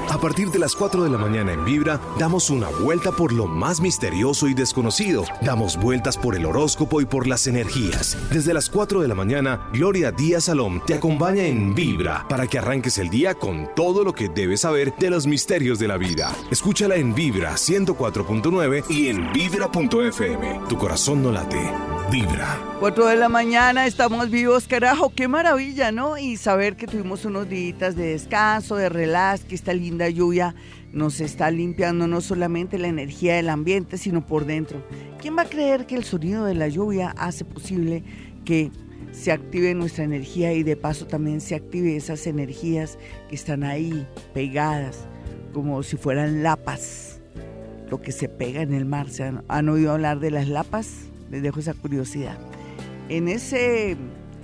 A partir de las 4 de la mañana en Vibra, damos una vuelta por lo más misterioso y desconocido. Damos vueltas por el horóscopo y por las energías. Desde las 4 de la mañana, Gloria Díaz Salom te acompaña en Vibra para que arranques el día con todo lo que debes saber de los misterios de la vida. Escúchala en Vibra 104.9 y en Vibra.fm. Tu corazón no late. Vibra. 4 de la mañana, estamos vivos, carajo, qué maravilla, ¿no? Y saber que tuvimos unos días de descanso, de relax, que esta linda lluvia nos está limpiando no solamente la energía del ambiente, sino por dentro. ¿Quién va a creer que el sonido de la lluvia hace posible que se active nuestra energía y de paso también se active esas energías que están ahí pegadas, como si fueran lapas, lo que se pega en el mar? ¿Han oído hablar de las lapas? Les dejo esa curiosidad. En ese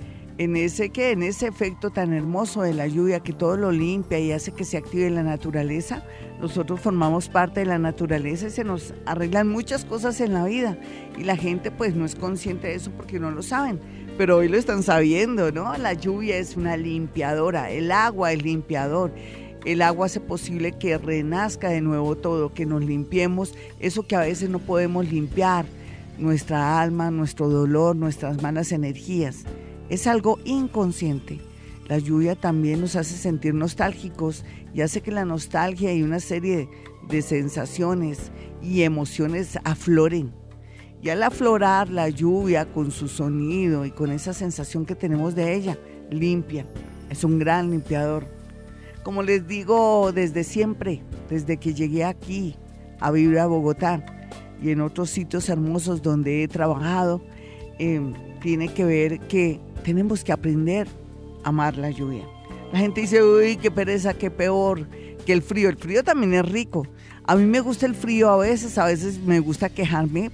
efecto tan hermoso de la lluvia que todo lo limpia y hace que se active la naturaleza, nosotros formamos parte de la naturaleza y se nos arreglan muchas cosas en la vida. Y la gente pues no es consciente de eso porque no lo saben, pero hoy lo están sabiendo, ¿no? La lluvia es una limpiadora, el agua es limpiador. El agua hace posible que renazca de nuevo todo, que nos limpiemos eso que a veces no podemos limpiar, nuestra alma, nuestro dolor, nuestras malas energías. Es algo inconsciente. La lluvia también nos hace sentir nostálgicos y hace que la nostalgia y una serie de sensaciones y emociones afloren. Y al aflorar la lluvia con su sonido y con esa sensación que tenemos de ella, limpia. Es un gran limpiador. Como les digo desde siempre, desde que llegué aquí a vivir a Bogotá, y en otros sitios hermosos donde he trabajado, tiene que ver que tenemos que aprender a amar la lluvia. La gente dice, uy, qué pereza, qué peor que el frío. El frío también es rico. A mí me gusta el frío a veces me gusta quejarme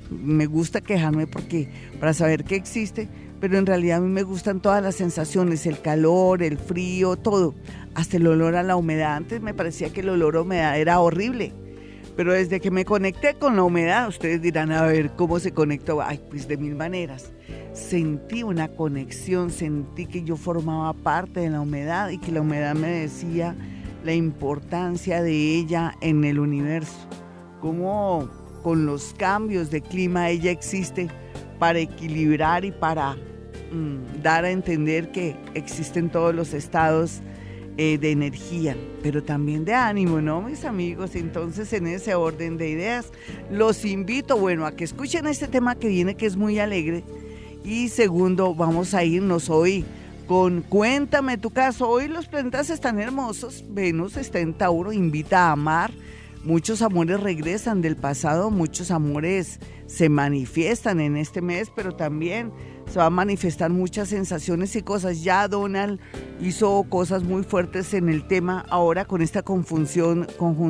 porque para saber que existe, pero en realidad a mí me gustan todas las sensaciones, el calor, el frío, todo, hasta el olor a la humedad. Antes me parecía que el olor a humedad era horrible. Pero desde que me conecté con la humedad, ustedes dirán, a ver, ¿cómo se conectó? Ay, pues de mil maneras. Sentí una conexión, sentí que yo formaba parte de la humedad y que la humedad me decía la importancia de ella en el universo. Cómo con los cambios de clima ella existe para equilibrar y para dar a entender que existen todos los estados de energía, pero también de ánimo, ¿no, mis amigos? Entonces, en ese orden de ideas, los invito, bueno, a que escuchen este tema que viene, que es muy alegre. Y segundo, vamos a irnos hoy con Cuéntame tu caso. Hoy los planetas están hermosos. Venus está en Tauro, invita a amar. Muchos amores regresan del pasado, muchos amores se manifiestan en este mes, pero también se va a manifestar muchas sensaciones y cosas. Ya Donald hizo cosas muy fuertes en el tema ahora con esta conjunción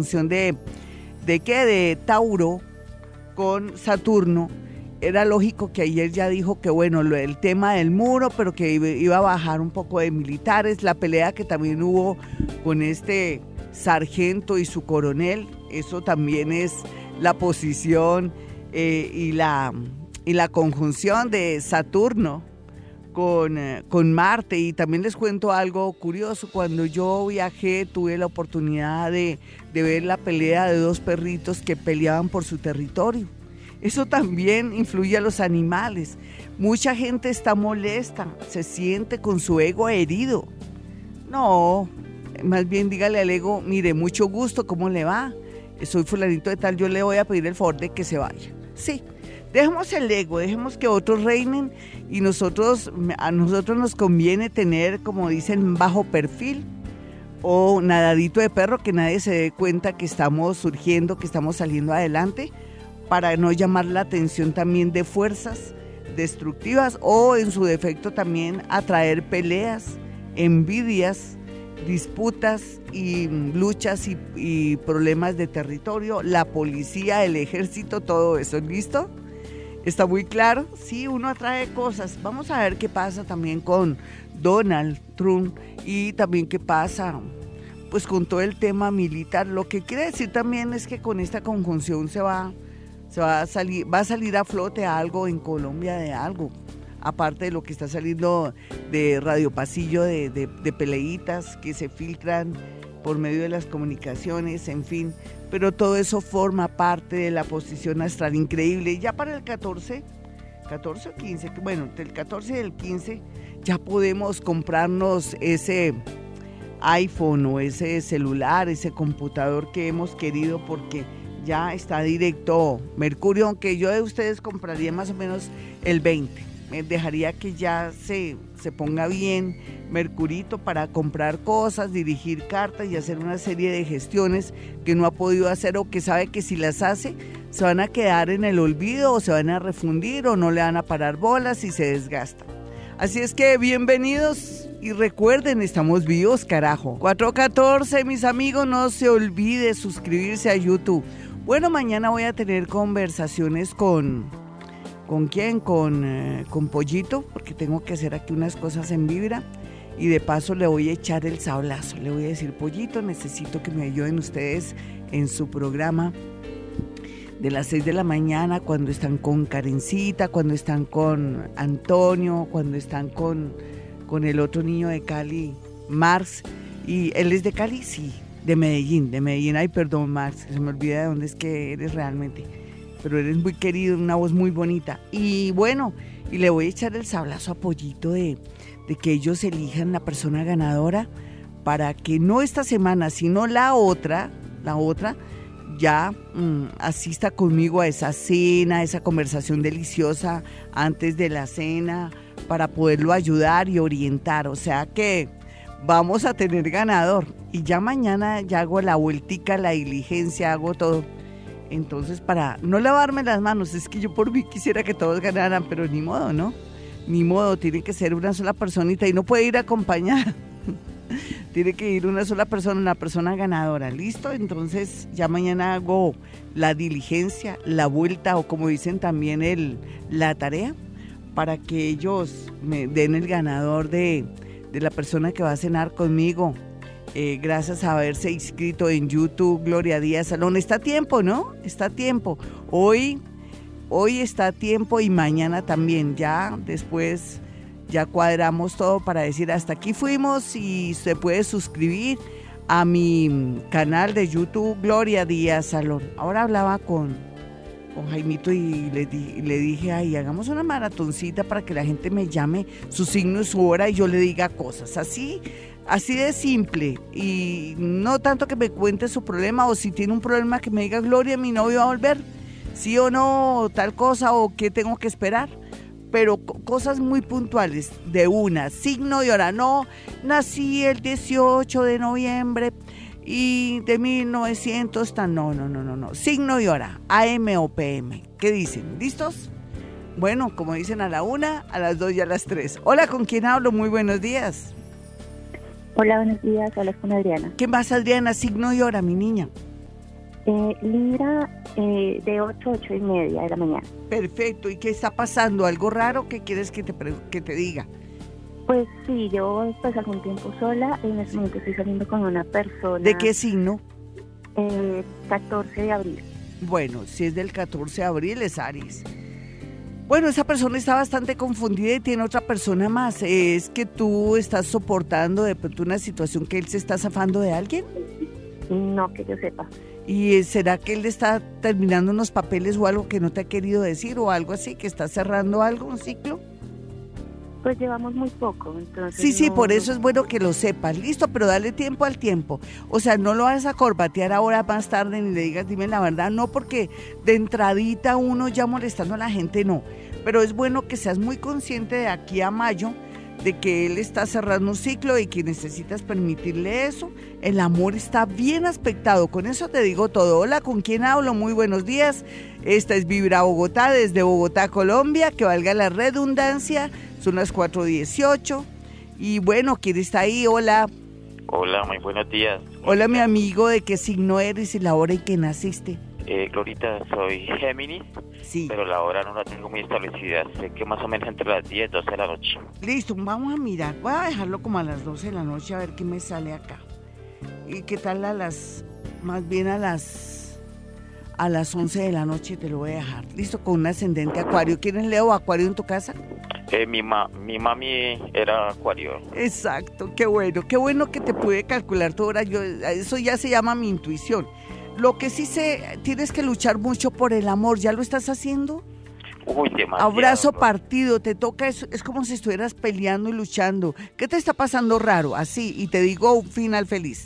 de Tauro con Saturno. Era lógico que ayer ya dijo que bueno, el tema del muro, pero que iba a bajar un poco de militares, la pelea que también hubo con este sargento y su coronel, eso también es la posición y la conjunción de Saturno con Marte. Y también les cuento algo curioso. Cuando yo viajé tuve la oportunidad de ver la pelea de dos perritos que peleaban por su territorio. Eso también influye a los animales. Mucha gente está molesta, se siente con su ego herido. No, más bien dígale al ego, mire, mucho gusto, ¿cómo le va? Soy fulanito de tal, yo le voy a pedir el favor de que se vaya. Sí, dejemos el ego, dejemos que otros reinen y a nosotros nos conviene tener, como dicen, bajo perfil o nadadito de perro, que nadie se dé cuenta que estamos surgiendo, que estamos saliendo adelante, para no llamar la atención también de fuerzas destructivas o en su defecto también atraer peleas, envidias, disputas y luchas y problemas de territorio, la policía, el ejército, todo eso. ¿Listo? ¿Está muy claro? Sí, uno atrae cosas. Vamos a ver qué pasa también con Donald Trump y también qué pasa pues con todo el tema militar. Lo que quiere decir también es que con esta conjunción va a salir a flote algo en Colombia, de algo, aparte de lo que está saliendo de Radio Pasillo, de peleitas que se filtran por medio de las comunicaciones, en fin, pero todo eso forma parte de la posición astral increíble. Ya para el 14 o 15, bueno, entre el 14 y el 15 ya podemos comprarnos ese iPhone o ese celular, ese computador que hemos querido, porque ya está directo Mercurio, aunque yo de ustedes compraría más o menos el 20. Me dejaría que ya se ponga bien Mercurito para comprar cosas, dirigir cartas y hacer una serie de gestiones que no ha podido hacer o que sabe que si las hace se van a quedar en el olvido o se van a refundir o no le van a parar bolas y se desgasta. Así es que bienvenidos y recuerden, estamos vivos, carajo. 414, mis amigos, no se olvide suscribirse a YouTube. Bueno, mañana voy a tener conversaciones ¿con quién? Con Pollito, porque tengo que hacer aquí unas cosas en Vibra y de paso le voy a echar el sablazo. Le voy a decir, Pollito, necesito que me ayuden ustedes en su programa de las 6 de la mañana, cuando están con Karencita, cuando están con Antonio, cuando están con el otro niño de Cali, Marx, y él es de Cali, sí, de Medellín, ay perdón Marx, se me olvida de dónde es que eres realmente, pero eres muy querido, una voz muy bonita, y bueno, y le voy a echar el sablazo a Pollito de que ellos elijan la persona ganadora, para que no esta semana, sino la otra, ya asista conmigo a esa cena, a esa conversación deliciosa antes de la cena, para poderlo ayudar y orientar. O sea que vamos a tener ganador. Y ya mañana ya hago la vueltica, la diligencia, hago todo. Entonces, para no lavarme las manos, es que yo por mí quisiera que todos ganaran, pero ni modo, ¿no? Ni modo, tiene que ser una sola personita y no puede ir acompañada. Tiene que ir una sola persona, una persona ganadora, ¿listo? Entonces ya mañana hago la diligencia, la vuelta o como dicen también la tarea para que ellos me den el ganador de la persona que va a cenar conmigo. Gracias a haberse inscrito en YouTube, Gloria Díaz Salón. Está a tiempo, ¿no? Está a tiempo. Hoy está a tiempo y mañana también. Ya después ya cuadramos todo para decir hasta aquí fuimos y se puede suscribir a mi canal de YouTube, Gloria Díaz Salón. Ahora hablaba con Jaimito y le dije, ay, hagamos una maratoncita para que la gente me llame su signo y su hora y yo le diga cosas. Así de simple, y no tanto que me cuente su problema, o si tiene un problema que me diga, Gloria, mi novio va a volver, sí o no, tal cosa, o qué tengo que esperar, pero cosas muy puntuales, de una, signo y hora. No, nací el 18 de noviembre y de 1900, no, signo y hora, AM o PM, ¿qué dicen? ¿Listos? Bueno, como dicen, a la 1, a las 2 y a las 3. Hola, ¿con quién hablo? Muy buenos días. Hola, buenos días, hablas con Adriana. ¿Qué más, Adriana? Signo y hora, mi niña. Libra, de 8 a 8 y media de la mañana. Perfecto, ¿y qué está pasando? ¿Algo raro que quieres que te diga? Pues sí, llevo pues algún tiempo sola, en este momento estoy saliendo con una persona. ¿De qué signo? 14 de abril. Bueno, si es del 14 de abril es Aries. Bueno, esa persona está bastante confundida y tiene otra persona más. ¿Es que tú estás soportando de pronto una situación que él se está zafando de alguien? No, que yo sepa. ¿Y será que él está terminando unos papeles o algo que no te ha querido decir o algo así, que está cerrando algo, un ciclo? Pues llevamos muy poco, entonces... Sí, por eso es bueno que lo sepas, listo, pero dale tiempo al tiempo. O sea, no lo vas a corbatear ahora más tarde ni le digas, dime la verdad, no, porque de entradita uno ya molestando a la gente, no. Pero es bueno que seas muy consciente de aquí a mayo de que él está cerrando un ciclo y que necesitas permitirle eso. El amor está bien aspectado, con eso te digo todo. Hola, ¿con quién hablo? Muy buenos días. Esta es Vibra Bogotá, desde Bogotá, Colombia, que valga la redundancia. Son las 4:18 y bueno, ¿quién está ahí? Hola. Hola, muy buenos días. Hola, mi amigo, ¿de qué signo eres y la hora en que naciste? Glorita, soy Géminis, sí, pero la hora no la tengo muy establecida. Sé que más o menos entre las 10 y 12 de la noche. Listo, vamos a mirar. Voy a dejarlo como a las 12 de la noche a ver qué me sale acá. ¿Y qué tal más bien a las 11 de la noche te lo voy a dejar? Listo, con un ascendente Acuario. ¿Quién es Leo o Acuario en tu casa? Mi mami era acuario. Exacto, qué bueno que te pude calcular tu hora. Eso ya se llama mi intuición. Lo que sí sé, tienes que luchar mucho por el amor. ¿Ya lo estás haciendo? Uy, demasiado. Abrazo partido, te toca, es como si estuvieras peleando y luchando. ¿Qué te está pasando raro? Así, y te digo un final feliz.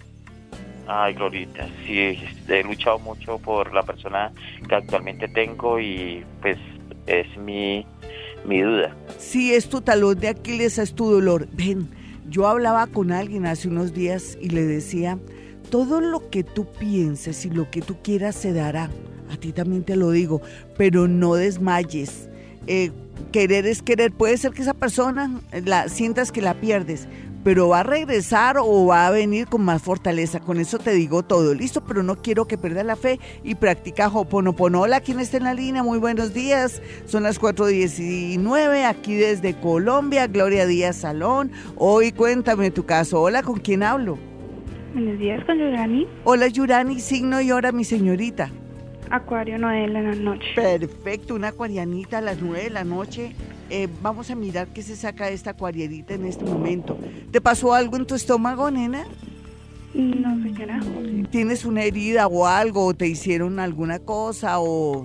Ay, Glorita, sí, he luchado mucho por la persona que actualmente tengo y pues es mi duda. Sí, es tu talón de Aquiles, es tu dolor. Ven, yo hablaba con alguien hace unos días y le decía, todo lo que tú pienses y lo que tú quieras se dará. A ti también te lo digo, pero no desmayes. Querer es querer. Puede ser que esa persona sientas que la pierdes, pero va a regresar o va a venir con más fortaleza. Con eso te digo todo, listo, pero no quiero que pierdas la fe y practica Ho'oponopono. Hola, ¿quién está en la línea? Muy buenos días, son las 4:19, aquí desde Colombia, Gloria Díaz Salón. Hoy cuéntame tu caso. Hola, ¿con quién hablo? Buenos días, con Yurani. Hola, Yurani, signo y hora, mi señorita. Acuario, 9 de la noche. Perfecto, una acuarianita a las 9 de la noche. Vamos a mirar qué se saca de esta acuarianita en este momento. ¿Te pasó algo en tu estómago, nena? No, señora. ¿Tienes una herida o algo? ¿O te hicieron alguna cosa?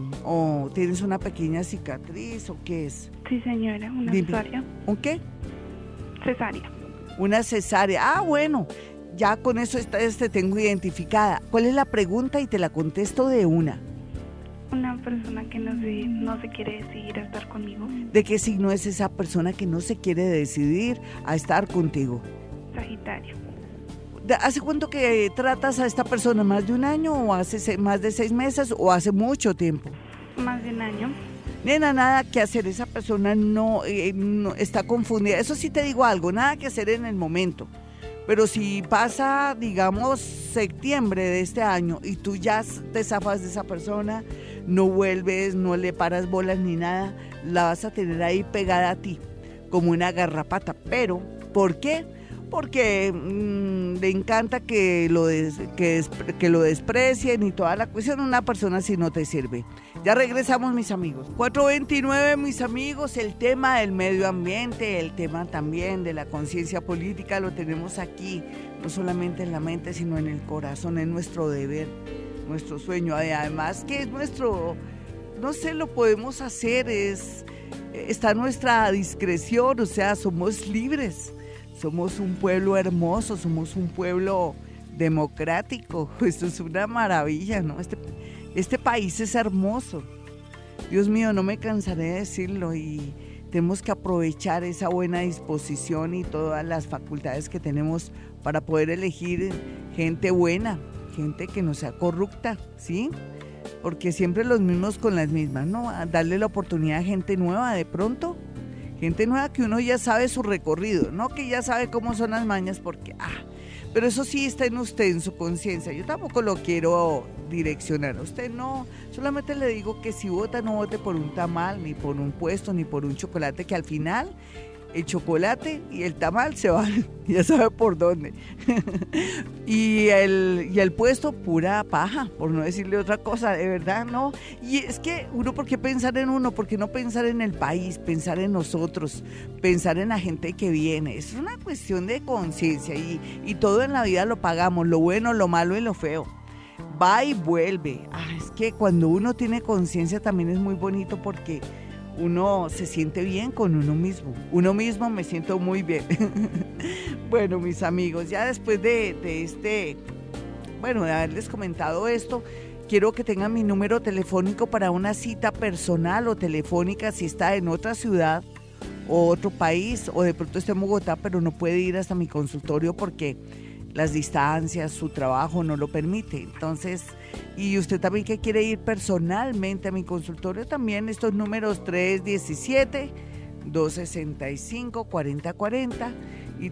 ¿O tienes una pequeña cicatriz? ¿O qué es? Sí, señora, una cesárea. ¿Un qué? Cesárea. Una cesárea. Ah, bueno, ya con eso te tengo identificada. ¿Cuál es la pregunta? Y te la contesto de una. Una persona que no se quiere decidir a estar conmigo. ¿De qué signo es esa persona que no se quiere decidir a estar contigo? Sagitario. ¿Hace cuánto que tratas a esta persona? ¿Más de un año o hace más de 6 meses o hace mucho tiempo? Más de un año. Nena, nada que hacer, esa persona no está confundida. Eso sí te digo algo, nada que hacer en el momento. Pero si pasa, digamos, septiembre de este año y tú ya te zafas de esa persona, no vuelves, no le paras bolas ni nada, la vas a tener ahí pegada a ti, como una garrapata. Pero, ¿por qué? Porque le encanta que lo desprecien y toda la cuestión. Una persona así no te sirve. Ya regresamos, mis amigos. 4:29, mis amigos. El tema del medio ambiente, el tema también de la conciencia política lo tenemos aquí, no solamente en la mente, sino en el corazón. Es nuestro deber, nuestro sueño. Además que es nuestro, no sé, lo podemos hacer, está a nuestra discreción, o sea, somos libres. Somos un pueblo hermoso, somos un pueblo democrático. Esto es una maravilla, ¿no? Este país es hermoso. Dios mío, no me cansaré de decirlo y tenemos que aprovechar esa buena disposición y todas las facultades que tenemos para poder elegir gente buena, gente que no sea corrupta, ¿sí? Porque siempre los mismos con las mismas, ¿no? A darle la oportunidad a gente nueva de pronto. Gente nueva que uno ya sabe su recorrido, no que ya sabe cómo son las mañas, porque, pero eso sí está en usted, en su conciencia. Yo tampoco lo quiero direccionar a usted, no. Solamente le digo que si vota, no vote por un tamal, ni por un puesto, ni por un chocolate, que al final el chocolate y el tamal se van, ya sabe por dónde. y el puesto, pura paja, por no decirle otra cosa, de verdad, ¿no? Y es que uno, ¿por qué pensar en uno? ¿Por qué no pensar en el país, pensar en nosotros, pensar en la gente que viene? Es una cuestión de conciencia y todo en la vida lo pagamos, lo bueno, lo malo y lo feo. Va y vuelve. Es que cuando uno tiene conciencia también es muy bonito porque uno se siente bien con uno mismo. Uno mismo me siento muy bien. Bueno, mis amigos, ya después de haberles comentado esto, quiero que tengan mi número telefónico para una cita personal o telefónica si está en otra ciudad o otro país, o de pronto está en Bogotá, pero no puede ir hasta mi consultorio porque las distancias, su trabajo no lo permite. Entonces, y usted también que quiere ir personalmente a mi consultorio, también estos números 317-265-4040 y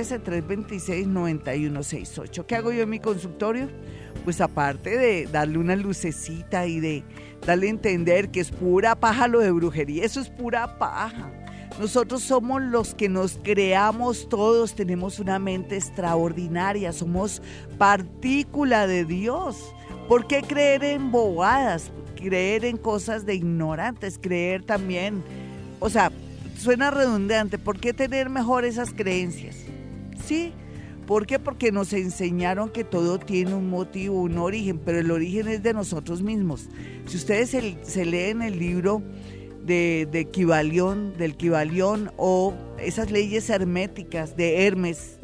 313-326-9168. ¿Qué hago yo en mi consultorio? Pues aparte de darle una lucecita y de darle a entender que es pura paja lo de brujería, eso es pura paja. Nosotros somos los que nos creamos todos, tenemos una mente extraordinaria, somos partícula de Dios. ¿Por qué creer en bobadas? Creer en cosas de ignorantes, creer también, o sea, suena redundante, ¿por qué tener mejor esas creencias? Sí, ¿por qué? Porque nos enseñaron que todo tiene un motivo, un origen, pero el origen es de nosotros mismos. Si ustedes se leen el libro del Kybalión o esas leyes herméticas de Hermes,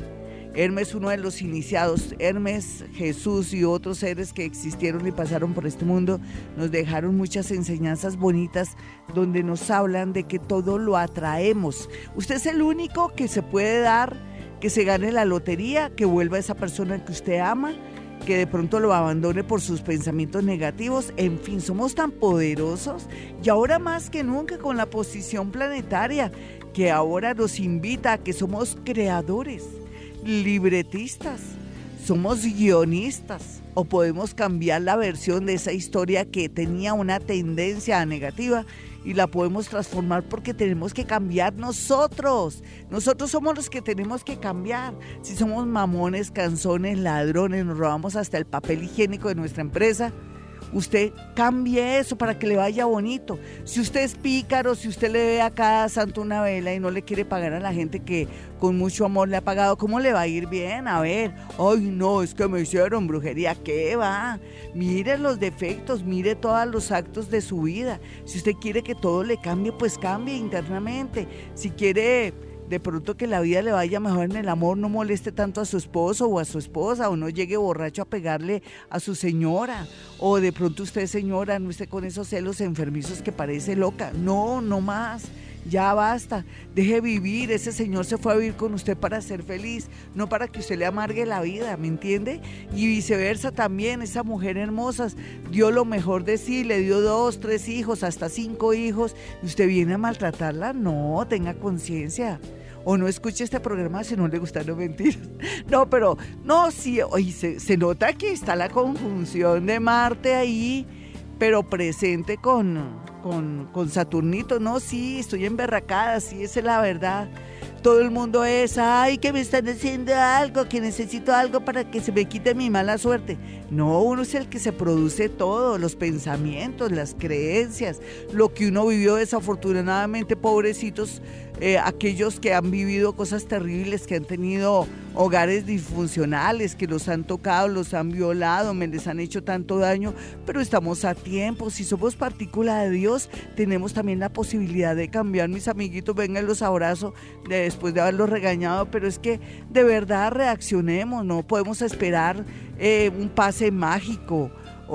uno de los iniciados, Hermes, Jesús y otros seres que existieron y pasaron por este mundo, nos dejaron muchas enseñanzas bonitas donde nos hablan de que todo lo atraemos. Usted es el único que se puede dar, que se gane la lotería, que vuelva a esa persona que usted ama, que de pronto lo abandone por sus pensamientos negativos. En fin, somos tan poderosos y ahora más que nunca con la posición planetaria que ahora nos invita a que somos creadores, libretistas, somos guionistas, o podemos cambiar la versión de esa historia que tenía una tendencia negativa y la podemos transformar porque tenemos que cambiar nosotros. Nosotros somos los que tenemos que cambiar. Si somos mamones, canzones, ladrones, nos robamos hasta el papel higiénico de nuestra empresa, usted cambie eso para que le vaya bonito. Si usted es pícaro, si usted le ve a cada santo una vela y no le quiere pagar a la gente que con mucho amor le ha pagado, ¿cómo le va a ir bien? A ver, ay no, es que me hicieron brujería, ¿qué va? Mire los defectos, mire todos los actos de su vida. Si usted quiere que todo le cambie, pues cambie internamente. Si quiere de pronto que la vida le vaya mejor en el amor, no moleste tanto a su esposo o a su esposa, o no llegue borracho a pegarle a su señora, o de pronto usted, señora, no esté con esos celos enfermizos que parece loca. No, no más, ya basta, deje vivir. Ese señor se fue a vivir con usted para ser feliz, no para que usted le amargue la vida, ¿me entiende? Y viceversa también, esa mujer hermosa dio lo mejor de sí, le dio 2, 3 hijos, hasta 5 hijos, y usted viene a maltratarla. No, tenga conciencia. O no escuche este programa si no le gustan los mentiras. No, pero, no, sí, oye, se nota que está la conjunción de Marte ahí, pero presente con Saturnito. No, sí, estoy emberracada, sí, esa es la verdad. Todo el mundo es, ay, que me están haciendo algo, que necesito algo para que se me quite mi mala suerte. No, uno es el que se produce todo, los pensamientos, las creencias, lo que uno vivió desafortunadamente, pobrecitos, aquellos que han vivido cosas terribles, que han tenido hogares disfuncionales, que los han tocado, los han violado, me les han hecho tanto daño, pero estamos a tiempo. Si somos partícula de Dios, tenemos también la posibilidad de cambiar. Mis amiguitos, vengan, los abrazo después de haberlos regañado, pero es que de verdad reaccionemos, no podemos esperar un pase mágico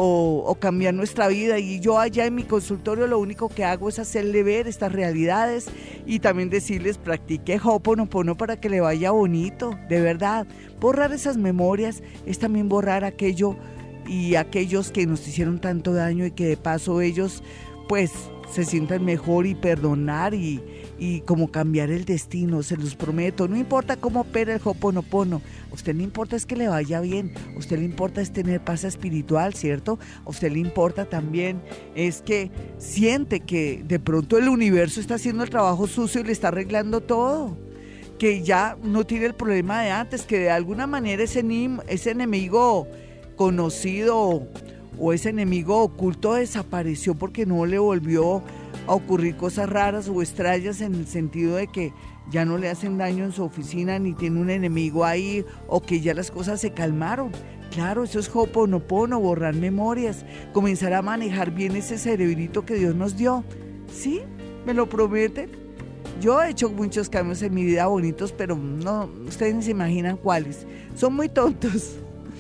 o cambiar nuestra vida. Y yo allá en mi consultorio lo único que hago es hacerle ver estas realidades y también decirles, practique Ho'oponopono para que le vaya bonito, de verdad. Borrar esas memorias es también borrar aquello y aquellos que nos hicieron tanto daño, y que de paso ellos pues se sientan mejor, y perdonar y como cambiar el destino, se los prometo. No importa cómo opera el Ho'oponopono, a usted le importa es que le vaya bien, a usted le importa es tener paz espiritual, ¿cierto? A usted le importa también es que siente que de pronto el universo está haciendo el trabajo sucio y le está arreglando todo, que ya no tiene el problema de antes, que de alguna manera ese enemigo conocido o ese enemigo oculto desapareció porque no le volvió a ocurrir cosas raras o extrañas, en el sentido de que ya no le hacen daño en su oficina, ni tiene un enemigo ahí, o que ya las cosas se calmaron. Claro, eso es Ho'oponopono, borrar memorias, comenzar a manejar bien ese cerebrito que Dios nos dio. ¿Sí? ¿Me lo prometen? Yo he hecho muchos cambios en mi vida bonitos, pero no, ustedes ni se imaginan cuáles. Son muy tontos.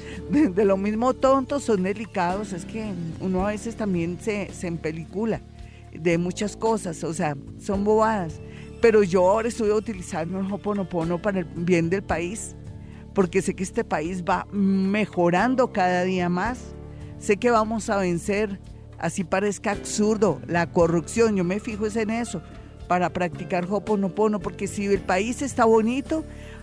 De lo mismo tontos, son delicados. Es que uno a veces también se empelicula de muchas cosas, o sea, son bobadas. Pero yo ahora estoy utilizando el Ho'oponopono para el bien del país, porque sé que este país va mejorando cada día más. Sé que vamos a vencer, así parezca absurdo, la corrupción. Yo me fijo en eso, para practicar Ho'oponopono, porque si el país está bonito,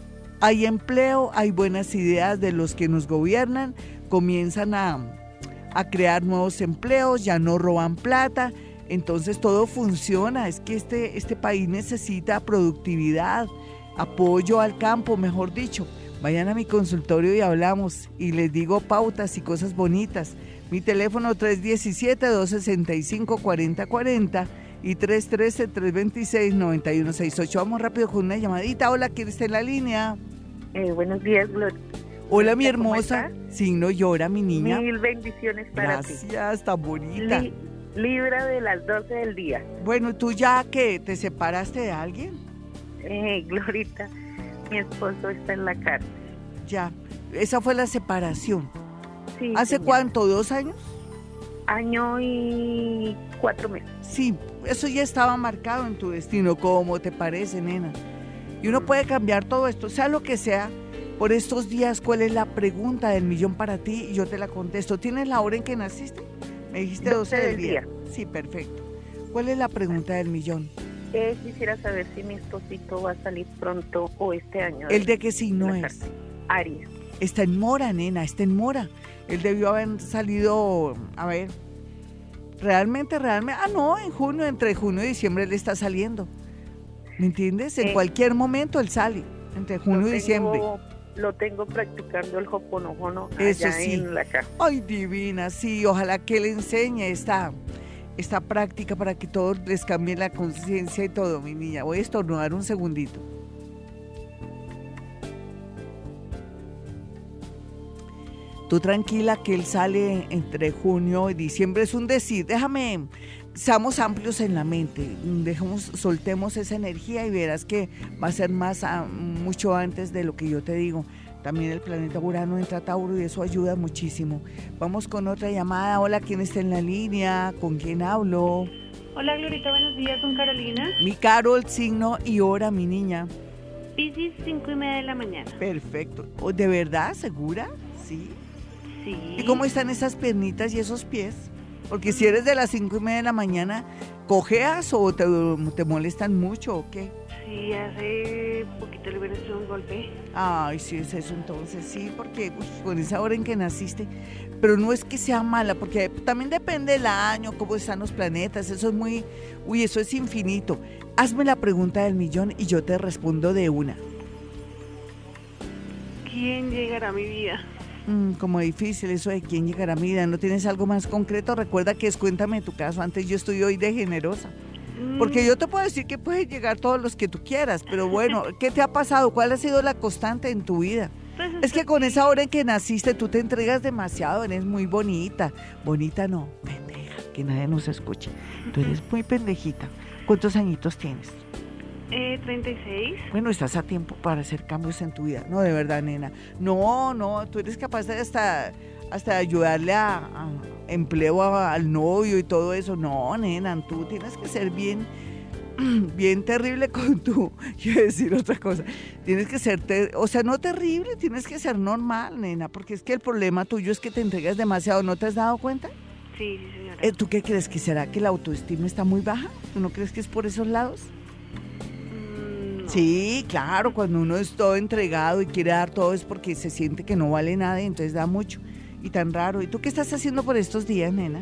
hay empleo, hay buenas ideas de los que nos gobiernan, comienzan a crear nuevos empleos, ya no roban plata, entonces todo funciona. Es que este país necesita productividad, apoyo al campo, mejor dicho. Vayan a mi consultorio y hablamos, y les digo pautas y cosas bonitas. Mi teléfono 317-265-4040 y 313-326-9168. Vamos rápido con una llamadita. Hola, ¿quién está en la línea? Buenos días, Gloria. Hola, mi hermosa. Signo Llora, mi niña. Mil bendiciones para ti. Gracias, tan bonita. Libra de las 12 del día. Bueno, ¿tú ya qué? ¿Te separaste de alguien? Glorita, mi esposo está en la cárcel. Ya, esa fue la separación. Sí, ¿Hace señora. cuánto? ¿2 años? Año y 4 meses. Sí, eso ya estaba marcado en tu destino. ¿Cómo te parece, nena? Y uno puede cambiar todo esto, sea lo que sea. Por estos días, ¿cuál es la pregunta del millón para ti? Y yo te la contesto. ¿Tienes la hora en que naciste? Me dijiste 12 del día. Sí, perfecto. ¿Cuál es la pregunta del millón? Quisiera saber si mi esposito va a salir pronto o este año. ¿El de qué signo es? cárcel. Aries. Está en mora, nena, está en mora. Él debió haber salido, a ver, realmente, no, en junio, entre junio y diciembre él está saliendo. ¿Me entiendes? En cualquier momento él sale, entre junio y diciembre. Lo tengo practicando el Hoponopono Eso allá sí. en la casa. Ay, divina, sí, ojalá que le enseñe esta práctica para que todos les cambien la conciencia y todo, mi niña. Voy a estornudar un segundito. Tú tranquila que él sale entre junio y diciembre, es un decir, seamos amplios en la mente, soltemos esa energía y verás que va a ser mucho antes de lo que yo te digo. También el planeta Urano entra a Tauro y eso ayuda muchísimo. Vamos con otra llamada. Hola, ¿quién está en la línea? ¿Con quién hablo? Hola, Glorita, buenos días, con Carolina. Mi Carol, signo y hora, mi niña. Piscis, 5:30 de la mañana. Perfecto. ¿De verdad? ¿Segura? Sí. Sí. ¿Y cómo están esas piernitas y esos pies? Porque si eres de las 5:30 de la mañana, ¿cojeas o te molestan mucho o qué? Sí, hace poquito le hubiera hecho un golpe. Ay, sí, es eso entonces, sí, porque con esa hora en que naciste, pero no es que sea mala, porque también depende del año, cómo están los planetas, eso es eso es infinito. Hazme la pregunta del millón y yo te respondo de una. ¿Quién llegará a mi vida? Como difícil eso de quién llegará a mi vida. ¿No tienes algo más concreto? Recuerda que cuéntame tu caso. Antes yo estoy hoy de generosa. Porque yo te puedo decir que pueden llegar todos los que tú quieras, pero bueno, ¿qué te ha pasado? ¿Cuál ha sido la constante en tu vida? Pues es que con esa hora en que naciste tú te entregas demasiado, eres muy bonita. Bonita no, pendeja, que nadie nos escuche. Tú eres muy pendejita. ¿Cuántos añitos tienes? 36. Bueno, estás a tiempo para hacer cambios en tu vida. No, de verdad, nena. No, tú eres capaz de hasta ayudarle a empleo al novio y todo eso. No, nena, tú tienes que ser bien terrible con tu... Quiero decir otra cosa. Tienes que ser, no terrible, tienes que ser normal, nena, porque es que el problema tuyo es que te entregas demasiado. ¿No te has dado cuenta? Sí, señora. ¿Tú qué crees? ¿Que será que la autoestima está muy baja? ¿Tú no crees que es por esos lados? No. Sí, claro, cuando uno es todo entregado y quiere dar todo es porque se siente que no vale nada y entonces da mucho. Y tan raro. ¿Y tú qué estás haciendo por estos días, nena?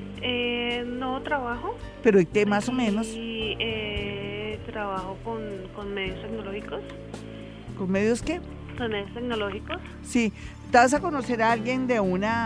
No trabajo. ¿Pero qué más o menos? Y trabajo con medios tecnológicos. ¿Con medios qué? Con medios tecnológicos. Sí, te vas a conocer a alguien de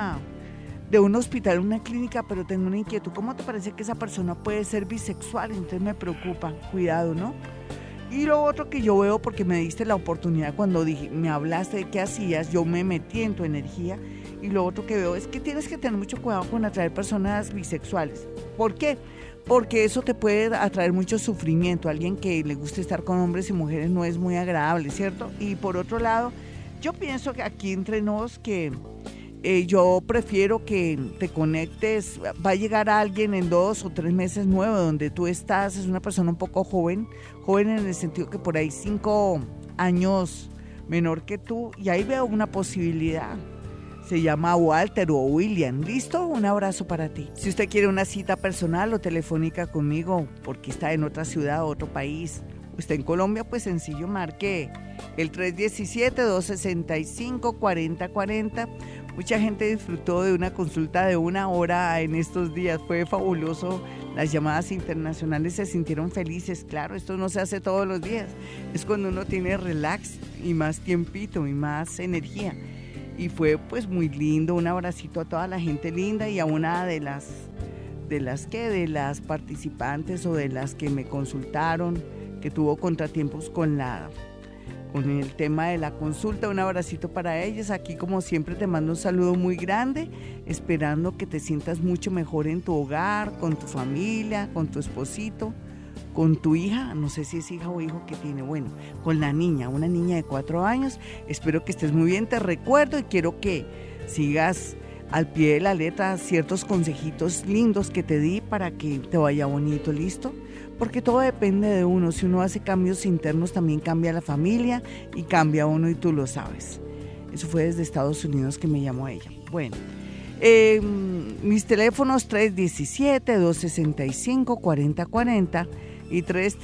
un hospital, una clínica, pero tengo una inquietud. ¿Cómo te parece que esa persona puede ser bisexual? Entonces me preocupa. Cuidado, ¿no? Y lo otro que yo veo, porque me diste la oportunidad cuando me hablaste de qué hacías, yo me metí en tu energía. Y lo otro que veo es que tienes que tener mucho cuidado con atraer personas bisexuales. ¿Por qué? Porque eso te puede atraer mucho sufrimiento. Alguien que le guste estar con hombres y mujeres no es muy agradable, ¿cierto? Y por otro lado, yo pienso que aquí entre nos que yo prefiero que te conectes. Va a llegar alguien en 2 o 3 meses nuevo donde tú estás. Es una persona un poco joven en el sentido que por ahí 5 años menor que tú. Y ahí veo una posibilidad. Se llama Walter o William. ¿Listo? Un abrazo para ti. Si usted quiere una cita personal o telefónica conmigo, porque está en otra ciudad o otro país, o está en Colombia, pues sencillo, marque el 317-265-4040. Mucha gente disfrutó de una consulta de 1 hora en estos días. Fue fabuloso. Las llamadas internacionales se sintieron felices. Claro, esto no se hace todos los días. Es cuando uno tiene relax y más tiempito y más energía. Y fue pues muy lindo, un abracito a toda la gente linda y a una de de las participantes o de las que me consultaron, que tuvo contratiempos con el tema de la consulta. Un abracito para ellas. Aquí, como siempre, te mando un saludo muy grande, esperando que te sientas mucho mejor en tu hogar, con tu familia, con tu esposito, con tu hija, no sé si es hija o hijo que tiene, bueno, con la niña, una niña de 4 años. Espero que estés muy bien, te recuerdo y quiero que sigas al pie de la letra ciertos consejitos lindos que te di para que te vaya bonito, ¿listo? Porque todo depende de uno. Si uno hace cambios internos, también cambia la familia y cambia uno, y tú lo sabes. Eso fue desde Estados Unidos que me llamó ella. Bueno, mis teléfonos 317-265-4040 y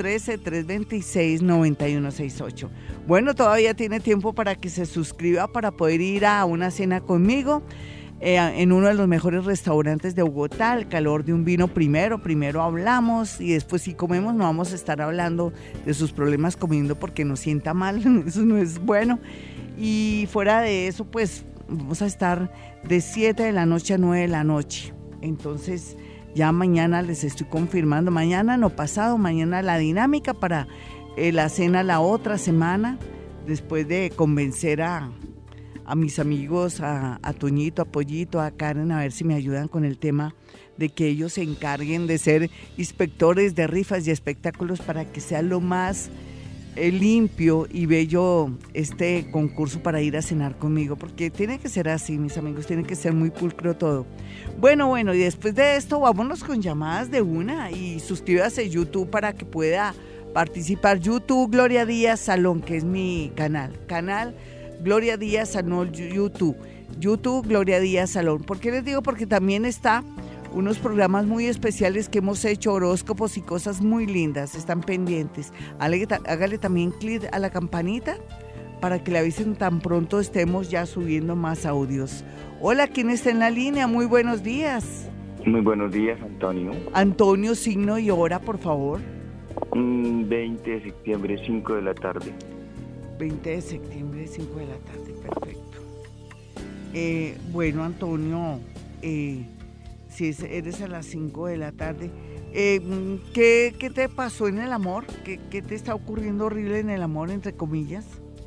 313-326-9168. Bueno, todavía tiene tiempo para que se suscriba para poder ir a una cena conmigo. En uno de los mejores restaurantes de Bogotá, al calor de un vino primero hablamos y después si comemos no vamos a estar hablando de sus problemas comiendo porque nos sienta mal, eso no es bueno. Y fuera de eso, pues vamos a estar de 7 de la noche a 9 de la noche. Entonces ya mañana les estoy confirmando, mañana no pasado, mañana la dinámica para la cena la otra semana, después de convencer a mis amigos, a Toñito, a Pollito, a Karen, a ver si me ayudan con el tema de que ellos se encarguen de ser inspectores de rifas y espectáculos para que sea lo más limpio y bello este concurso para ir a cenar conmigo, porque tiene que ser así, mis amigos, tiene que ser muy pulcro todo. Bueno, y después de esto vámonos con llamadas de una y suscríbase a YouTube para que pueda participar. YouTube Gloria Díaz Salón, que es mi canal Gloria Díaz Salón, YouTube Gloria Díaz Salón. ¿Por qué les digo? Porque también está unos programas muy especiales que hemos hecho, horóscopos y cosas muy lindas, están pendientes. Hágale también clic a la campanita para que le avisen tan pronto estemos ya subiendo más audios. Hola, ¿quién está en la línea? Muy buenos días. Muy buenos días, Antonio. Antonio, signo y hora, por favor. 20 de septiembre, 5 de la tarde. 20 de septiembre, 5 de la tarde, perfecto. Bueno, Antonio, si eres a las 5 de la tarde, ¿qué te pasó en el amor? ¿Qué te está ocurriendo horrible en el amor, entre comillas?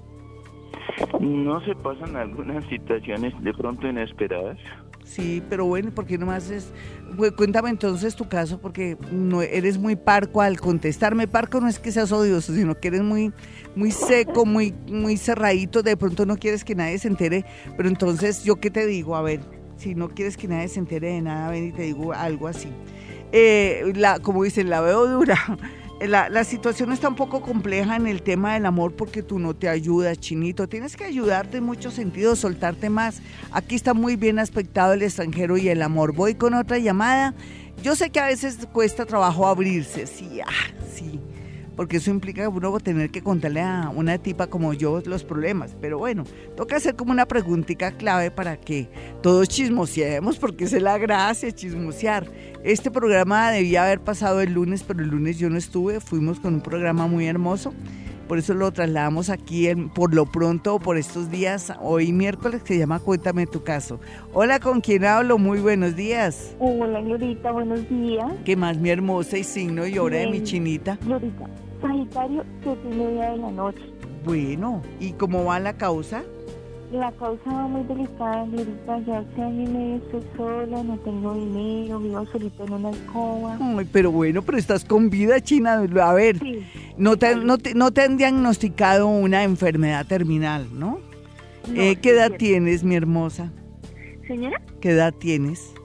No se pasan algunas situaciones de pronto inesperadas. Sí, pero bueno, ¿por qué no me haces? Cuéntame entonces tu caso, porque no eres muy parco al contestarme. Parco no es que seas odioso, sino que eres muy seco, muy cerradito. De pronto no quieres que nadie se entere, pero entonces, ¿yo qué te digo? A ver, si no quieres que nadie se entere de nada, ven y te digo algo así. Como dicen, la veo dura. La situación está un poco compleja en el tema del amor porque tú no te ayudas, Chinito. Tienes que ayudarte en muchos sentidos, soltarte más. Aquí está muy bien aspectado el extranjero y el amor. Voy con otra llamada. Yo sé que a veces cuesta trabajo abrirse, sí, porque eso implica que uno va a tener que contarle a una tipa como yo los problemas. Pero bueno, toca hacer como una preguntita clave para que todos chismoseemos, porque esa es la gracia, chismosear. Este programa debía haber pasado el lunes, pero el lunes yo no estuve. Fuimos con un programa muy hermoso, por eso lo trasladamos aquí por lo pronto, por estos días. Hoy miércoles, que se llama Cuéntame tu caso. Hola, ¿con quién hablo? Muy buenos días. Hola, Glorita, buenos días. ¿Qué más, mi hermosa, y signo y hora de mi Chinita? Glorita, Sagitario, 7:30 de la noche. Bueno, ¿y cómo va la causa? La causa va muy delicada, Glorita. Ya hace año y medio estoy sola, no tengo dinero, vivo solita en una alcoba. Ay, pero bueno, pero estás con vida, China. A ver, sí. No te han diagnosticado una enfermedad terminal, ¿no? ¿Qué edad tienes, mi hermosa? ¿Señora? ¿Qué edad tienes?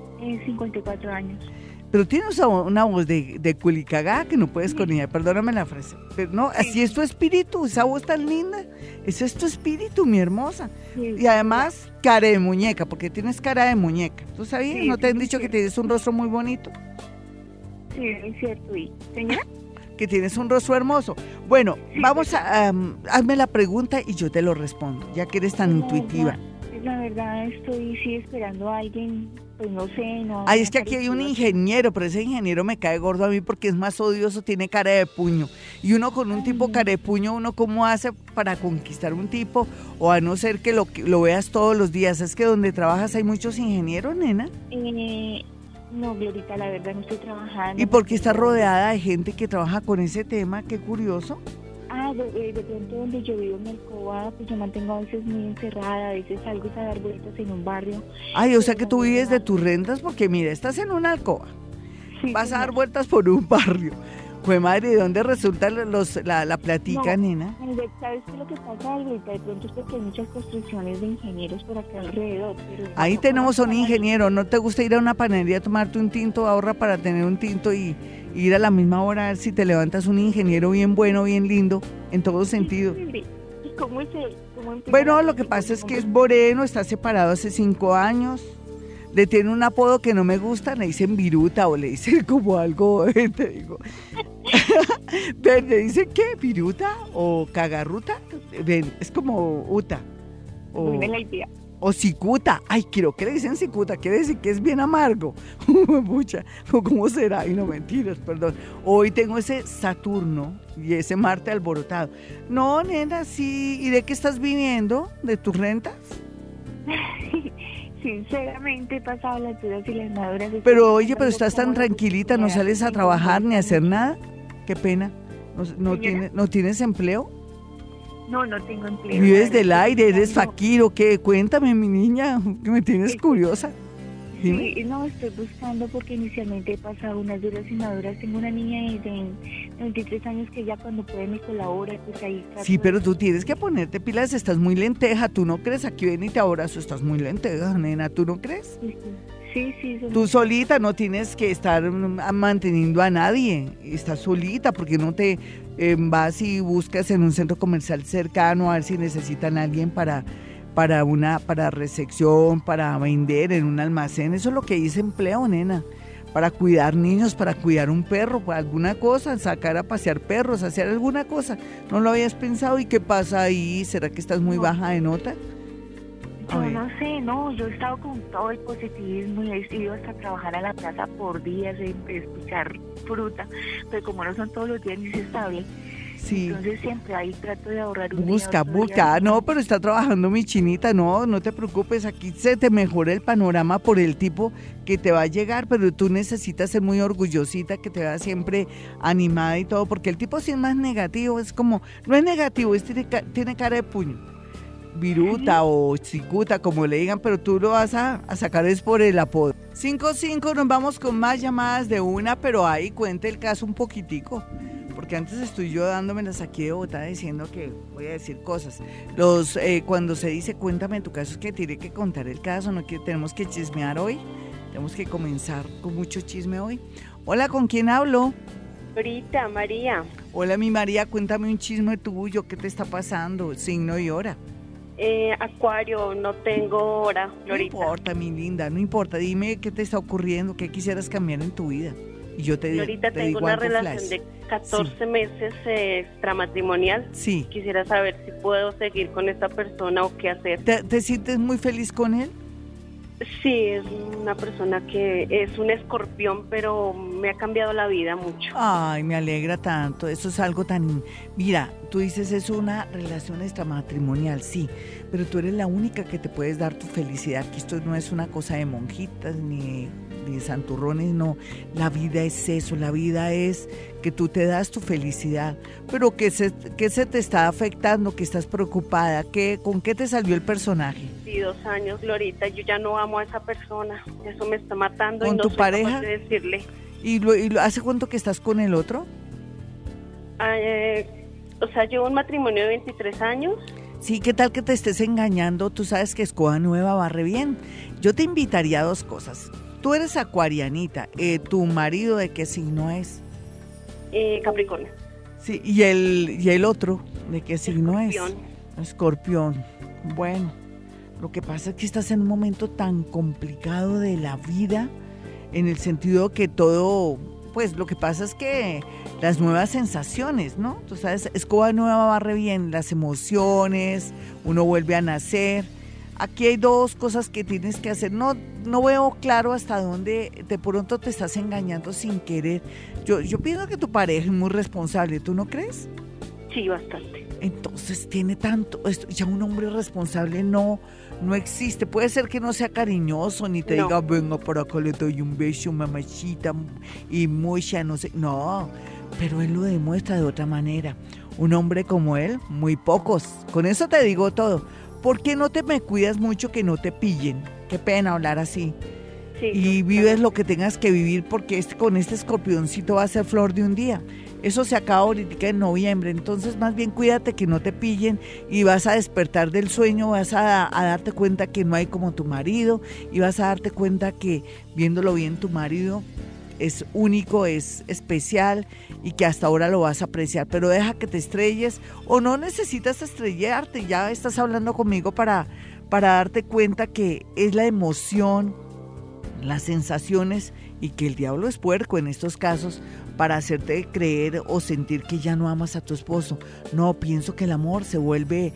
54 años. Pero tienes una voz de culicagá que no puedes con ella, perdóname la frase. Pero no, así es tu espíritu, esa voz tan linda, ese es tu espíritu, mi hermosa. Sí. Y además, cara de muñeca, porque tienes cara de muñeca. ¿Tú sabías? Sí, ¿no te han dicho que tienes un rostro muy bonito? Sí, es cierto. ¿Y señora? Que tienes un rostro hermoso. Bueno, sí, vamos a... hazme la pregunta y yo te lo respondo, ya que eres tan intuitiva. La verdad estoy esperando a alguien, pues no sé, no. Ay, es que aquí hay un ingeniero, pero ese ingeniero me cae gordo a mí porque es más odioso, tiene cara de puño. Y uno con un tipo cara de puño, ¿uno cómo hace para conquistar un tipo? O a no ser que lo veas todos los días. Es que donde trabajas hay muchos ingenieros, nena. No, Glorita, la verdad no estoy trabajando. ¿Y por qué estás rodeada de gente que trabaja con ese tema? Qué curioso. De pronto donde yo vivo en Alcoba, pues yo mantengo a veces muy encerrada, a veces salgo a dar vueltas en un barrio. Ay, o sea que tú vives de tus rentas porque mira, estás en una alcoba, Sí, vas a dar señor. vueltas por un barrio. Jue madre, ¿de dónde resulta la platica, No, nena? ¿sabes qué es lo que pasa, Glorita? De pronto es porque hay muchas construcciones de ingenieros por acá alrededor. Pero Ahí no tenemos a un conozco a nadie. ingeniero. ¿No te gusta ir a una panadería a tomarte un tinto? Ahorra para tener un tinto y ir a la misma hora a ver si te levantas un ingeniero bien bueno, bien lindo, en todo sentido. ¿Y cómo es él? ¿Cómo empieza Bueno, la lo que música? pasa es que es ¿Cómo- moreno, está separado hace 5 años. Le tiene un apodo que no me gusta, le dicen viruta o le dicen como algo, te digo. Ven, ¿le dicen qué? ¿Viruta o cagarruta? Ven, es como uta. O, Buena la idea. o cicuta. Ay, creo que le dicen cicuta, quiere decir que es bien amargo. Mucha, ¿cómo será? Y no mentiras, perdón. Hoy tengo ese Saturno y ese Marte alborotado. No, nena, sí. ¿Y de qué estás viviendo? ¿De tus rentas? Sinceramente he pasado las duras y las maduras. Pero oye, pero estás tan tranquilita, no sales a trabajar ni a hacer nada. Qué pena. Señora. ¿No tienes empleo? No, no tengo empleo. ¿Vives la del verdad, aire? ¿Eres no. faquir o qué? Cuéntame, mi niña, que me tienes curiosa. Dime. Sí, no, estoy buscando porque inicialmente he pasado unas duras y maduras. Tengo una niña de 23 años que ya cuando puede me colabora, pues ahí trato Sí, de- pero tú tienes que ponerte pilas, estás muy lenteja, ¿tú no crees? Aquí ven y te abrazo, estás muy lenteja, nena, ¿tú no crees? Sí, Tú solita no tienes que estar manteniendo a nadie, estás solita porque no te vas y buscas en un centro comercial cercano a ver si necesitan a alguien para recepción, para vender en un almacén. Eso es lo que dice empleo, nena, para cuidar niños, para cuidar un perro, para alguna cosa, sacar a pasear perros, hacer alguna cosa. ¿No lo habías pensado? ¿Y qué pasa ahí? ¿Será que estás muy No. baja de nota? A Yo ver. no sé, no, yo he estado con todo el positivismo y he ido hasta trabajar a la plaza por días, escuchar fruta, pero como no son todos los días ni se estable, Sí. entonces siempre ahí trato de ahorrar un Busca, día, otro busca. día. Ah, no, pero está trabajando mi chinita. No, no te preocupes. Aquí se te mejora el panorama por el tipo que te va a llegar, pero tú necesitas ser muy orgullosita, que te vea siempre animada y todo, porque el tipo sí es más negativo. Es como, no es negativo, tiene cara de puño. Viruta o cicuta, como le digan, pero tú lo vas a sacar es por el apodo. 5-5, nos vamos con más llamadas de una, pero ahí cuente el caso un poquitico. Porque antes estoy yo dándomelas aquí de botada diciendo que voy a decir cosas. Cuando se dice cuéntame tu caso es que tiene que contar el caso, no que tenemos que chismear hoy. Tenemos que comenzar con mucho chisme hoy. Hola, ¿con quién hablo? Ahorita, María, Hola, mi María, cuéntame un chisme tuyo, ¿qué te está pasando? Signo y hora. Acuario, no tengo hora, No Glorita. importa, mi linda, no importa. Dime qué te está ocurriendo, qué quisieras cambiar en tu vida. Y yo te Glorita, te tengo digo una algo relación flash. de 14 meses extramatrimonial. Sí. Quisiera saber si puedo seguir con esta persona o qué hacer. ¿Te sientes muy feliz con él? Sí, es una persona que es un escorpión, pero me ha cambiado la vida mucho. Ay, me alegra tanto. Eso es algo tan... Mira, tú dices es una relación extramatrimonial, sí, pero tú eres la única que te puedes dar tu felicidad, que esto no es una cosa de monjitas ni de santurrones, no. La vida es eso, la vida es que tú te das tu felicidad, pero que se te está afectando, que estás preocupada, ¿con qué te salió el personaje? 22 años, Glorita, yo ya no amo a esa persona. Eso me está matando ¿Con y no tu soy pareja? capaz de decirle. ¿Hace cuánto que estás con el otro? O sea, llevo un matrimonio de 23 años. Sí, ¿qué tal que te estés engañando? Tú sabes que escoba nueva barre bien. Yo te invitaría a 2 cosas. Tú eres acuarianita. ¿Tu marido de qué signo es? Capricornio. Sí, y el otro, ¿de qué signo Escorpión. es? Escorpión. Bueno, lo que pasa es que estás en un momento tan complicado de la vida, en el sentido que todo, pues lo que pasa es que las nuevas sensaciones, ¿no? Tú sabes, escoba nueva barre bien, las emociones, uno vuelve a nacer. Aquí hay 2 cosas que tienes que hacer. No veo claro hasta dónde de pronto te estás engañando sin querer. Yo pienso que tu pareja es muy responsable, ¿tú no crees? Sí, bastante. Entonces tiene tanto, ya un hombre responsable no existe. Puede ser que no sea cariñoso, ni te diga, venga por acá, le doy un beso, mamachita, y mucha, no sé. No, pero él lo demuestra de otra manera. Un hombre como él, muy pocos. Con eso te digo todo. ¿Por qué no te me cuidas mucho que no te pillen? Qué pena hablar así. Sí, y vives lo que tengas que vivir, porque con este escorpioncito va a ser flor de un día. Eso se acaba ahorita en noviembre, entonces más bien cuídate que no te pillen y vas a despertar del sueño, vas a darte cuenta que no hay como tu marido y vas a darte cuenta que viéndolo bien tu marido es único, es especial y que hasta ahora lo vas a apreciar, pero deja que te estrelles o no necesitas estrellarte, ya estás hablando conmigo para darte cuenta que es la emoción, las sensaciones y que el diablo es puerco en estos casos para hacerte creer o sentir que ya no amas a tu esposo. No, pienso que el amor se vuelve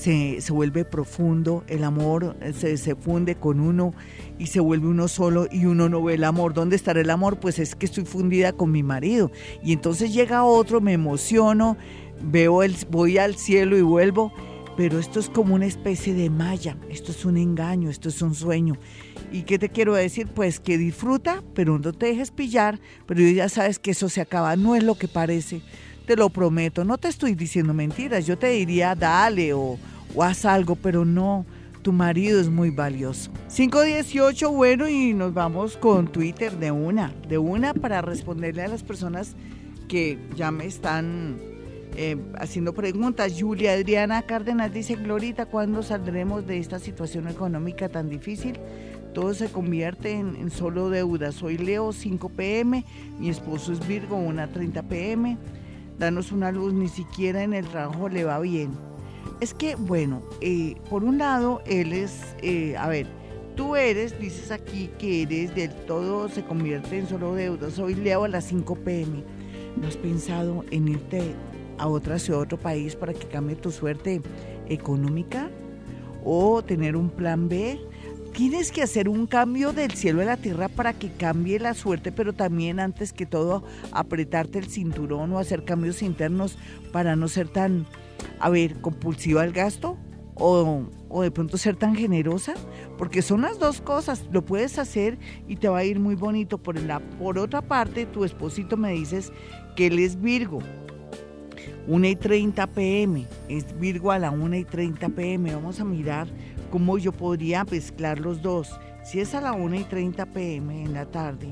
profundo, el amor se funde con uno y se vuelve uno solo y uno no ve el amor. ¿Dónde estará el amor? Pues es que estoy fundida con mi marido y entonces llega otro, me emociono, voy al cielo y vuelvo, pero esto es como una especie de malla, esto es un engaño, esto es un sueño. ¿Y qué te quiero decir? Pues que disfruta, pero no te dejes pillar, pero ya sabes que eso se acaba, no es lo que parece, te lo prometo, no te estoy diciendo mentiras, yo te diría dale o haz algo, pero no, tu marido es muy valioso. 518, bueno, y nos vamos con Twitter de una para responderle a las personas que ya me están haciendo preguntas. Julia Adriana Cárdenas dice, Glorita, ¿cuándo saldremos de esta situación económica tan difícil? Todo se convierte en solo deuda. Soy Leo, 5 p.m., mi esposo es Virgo, 1:30 p.m. Danos una luz, ni siquiera en el trabajo le va bien. Es que, bueno, por un lado, él es, tú dices aquí que eres del todo, se convierte en solo deuda. Soy Leo a las 5 p.m. ¿No has pensado en irte a otra ciudad, a otro país para que cambie tu suerte económica? ¿O tener un plan B? Tienes que hacer un cambio del cielo a la tierra para que cambie la suerte, pero también antes que todo apretarte el cinturón o hacer cambios internos para no ser tan, compulsiva al gasto o de pronto ser tan generosa, porque son las dos cosas, lo puedes hacer y te va a ir muy bonito. Por otra parte, tu esposito me dices que él es Virgo, 1:30 p.m., es Virgo a la 1:30 p.m., vamos a mirar cómo yo podría mezclar los dos. Si es a la 1:30 p.m. en la tarde,